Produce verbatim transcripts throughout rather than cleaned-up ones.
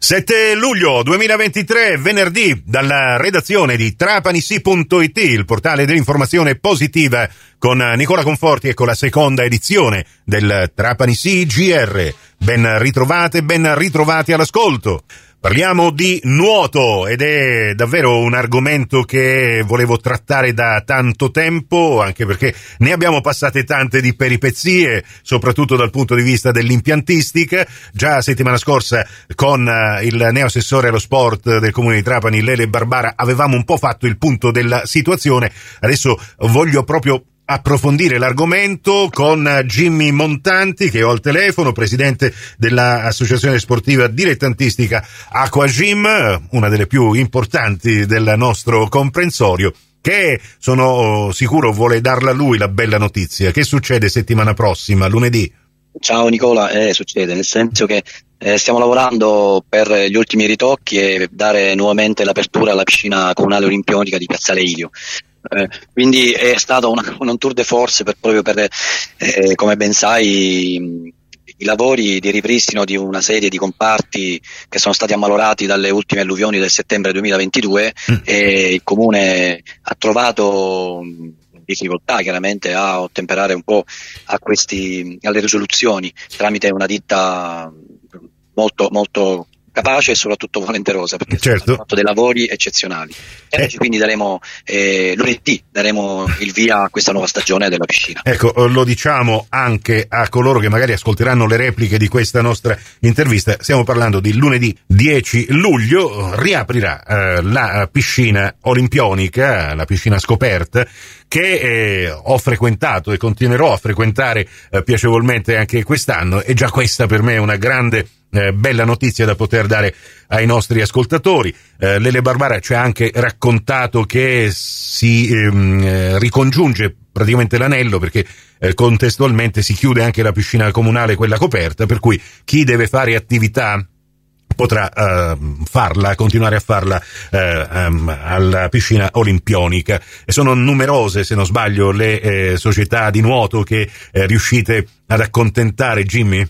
sette luglio duemilaventitré, venerdì, dalla redazione di Trapanisi punto it, il portale dell'informazione positiva, con Nicola Conforti e con la seconda edizione del Trapanisi G R. Ben ritrovate, ben ritrovati all'ascolto. Parliamo di nuoto ed è davvero un argomento che volevo trattare da tanto tempo, anche perché ne abbiamo passate tante di peripezie, soprattutto dal punto di vista dell'impiantistica. Già settimana scorsa con il neoassessore allo sport del comune di Trapani, Lele Barbara, avevamo un po' fatto il punto della situazione. Adesso voglio proprio approfondire l'argomento con Jimmy Montanti, che ho al telefono, presidente dell'associazione sportiva dilettantistica Aquagym, una delle più importanti del nostro comprensorio, che sono sicuro vuole darla a lui la bella notizia. Che succede settimana prossima, lunedì? Ciao Nicola, eh, succede nel senso che eh, stiamo lavorando per gli ultimi ritocchi e dare nuovamente l'apertura alla piscina comunale olimpionica di Piazzale Ilio. Eh, quindi è stato una, un tour de force per, proprio per, eh, come ben sai, i, i lavori di ripristino di una serie di comparti che sono stati ammalorati dalle ultime alluvioni del settembre duemilaventidue mm. e il comune ha trovato difficoltà chiaramente a ottemperare un po' a questi, alle risoluzioni tramite una ditta molto molto capace e soprattutto volenterosa, perché certo. hanno fatto dei lavori eccezionali. E eh. quindi daremo eh, lunedì daremo il via a questa nuova stagione della piscina. Ecco, lo diciamo anche a coloro che magari ascolteranno le repliche di questa nostra intervista. Stiamo parlando di lunedì dieci luglio, riaprirà eh, la piscina olimpionica, la piscina scoperta, che eh, ho frequentato e continuerò a frequentare eh, piacevolmente anche quest'anno, e già questa per me è una grande Eh, bella notizia da poter dare ai nostri ascoltatori. Eh, Lele Barbara ci ha anche raccontato che si ehm, eh, ricongiunge praticamente l'anello, perché eh, contestualmente si chiude anche la piscina comunale, quella coperta, per cui chi deve fare attività potrà uh, farla, continuare a farla uh, um, alla piscina olimpionica. E sono numerose, se non sbaglio, le eh, società di nuoto che eh, riuscite ad accontentare, Jimmy?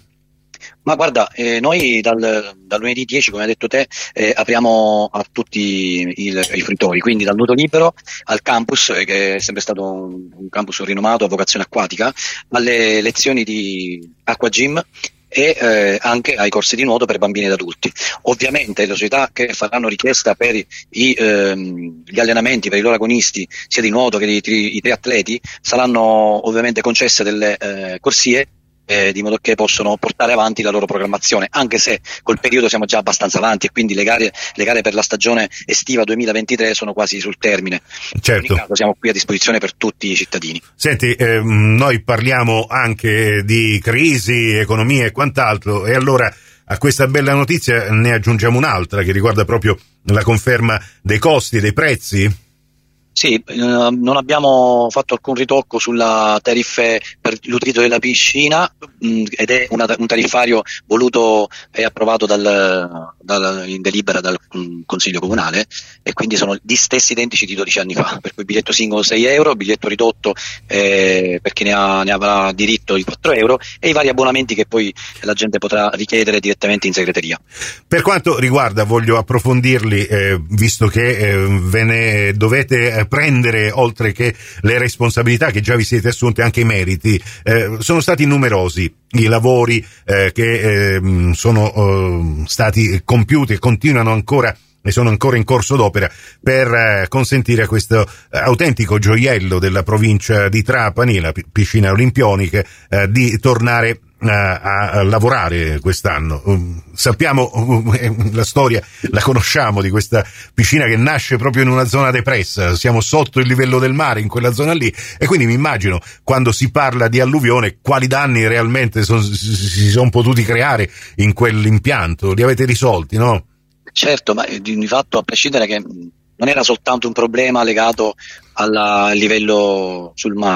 Ma guarda, eh, noi dal, dal lunedì dieci, come hai detto te, eh, apriamo a tutti il, i fruitori, quindi dal nuoto libero al campus, eh, che è sempre stato un, un campus rinomato a vocazione acquatica, alle lezioni di Aquagym e eh, anche ai corsi di nuoto per bambini ed adulti. Ovviamente le società che faranno richiesta per i, ehm, gli allenamenti per i loro agonisti, sia di nuoto che di, di, i triatleti, saranno ovviamente concesse delle eh, corsie, Eh, di modo che possono portare avanti la loro programmazione, anche se col periodo siamo già abbastanza avanti e quindi le gare, le gare per la stagione estiva duemilaventitré sono quasi sul termine. Certo. In ogni caso siamo qui a disposizione per tutti i cittadini. Senti, ehm, noi parliamo anche di crisi, economia e quant'altro, e allora a questa bella notizia ne aggiungiamo un'altra che riguarda proprio la conferma dei costi, dei prezzi. Sì, eh, non abbiamo fatto alcun ritocco sulla tariffe per l'utilizzo della piscina, mh, ed è una, un tariffario voluto e approvato dal, dal, in delibera dal mh, Consiglio Comunale, e quindi sono gli stessi identici di dodici anni fa, per cui biglietto singolo sei euro, biglietto ridotto eh, per chi ne, ha, ne avrà diritto di quattro euro, e i vari abbonamenti che poi la gente potrà richiedere direttamente in segreteria. Per quanto riguarda, voglio approfondirli, eh, visto che eh, ve ne dovete prendere, oltre che le responsabilità che già vi siete assunte, anche i meriti. Eh, sono stati numerosi i lavori eh, che eh, sono eh, stati compiuti e continuano ancora e sono ancora in corso d'opera per eh, consentire a questo eh, autentico gioiello della provincia di Trapani, la p- piscina olimpionica, eh, di tornare A, a lavorare quest'anno. Um, sappiamo uh, la storia, la conosciamo di questa piscina che nasce proprio in una zona depressa, siamo sotto il livello del mare in quella zona lì, e quindi mi immagino, quando si parla di alluvione, quali danni realmente son, si, si sono potuti creare in quell'impianto. Li avete risolti, no? Certo, ma di, di fatto, a prescindere che non era soltanto un problema legato alla, al livello sul mare,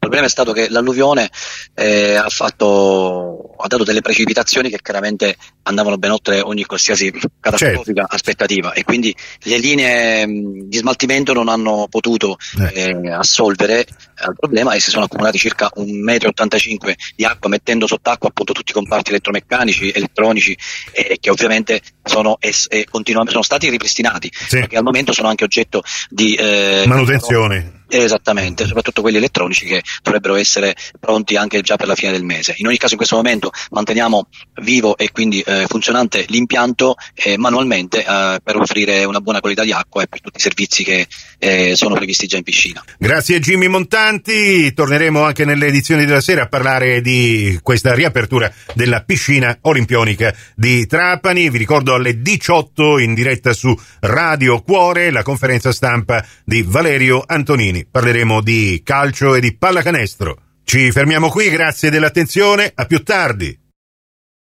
problema è stato che l'alluvione eh, ha fatto, ha dato delle precipitazioni che chiaramente andavano ben oltre ogni qualsiasi catastrofica certo. aspettativa, e quindi le linee mh, di smaltimento non hanno potuto eh. Eh, assolvere al problema, e si sono accumulati circa un metro e ottantacinque di acqua, mettendo sott'acqua appunto tutti i comparti elettromeccanici, elettronici, eh, che ovviamente sono, es- e continuam- sono stati ripristinati, sì. perché al momento sono anche oggetto di eh, manutenzione. Esattamente, soprattutto quelli elettronici che dovrebbero essere pronti anche già per la fine del mese. In ogni caso in questo momento manteniamo vivo e quindi eh, funzionante l'impianto eh, manualmente eh, per offrire una buona qualità di acqua e per tutti i servizi che eh, sono previsti già in piscina. Grazie Jimmy Montanti, torneremo anche nelle edizioni della sera a parlare di questa riapertura della piscina olimpionica di Trapani. Vi ricordo alle diciotto in diretta su Radio Cuore la conferenza stampa di Valerio Antonini. Parleremo di calcio e di pallacanestro. Ci fermiamo qui, grazie dell'attenzione, a più tardi.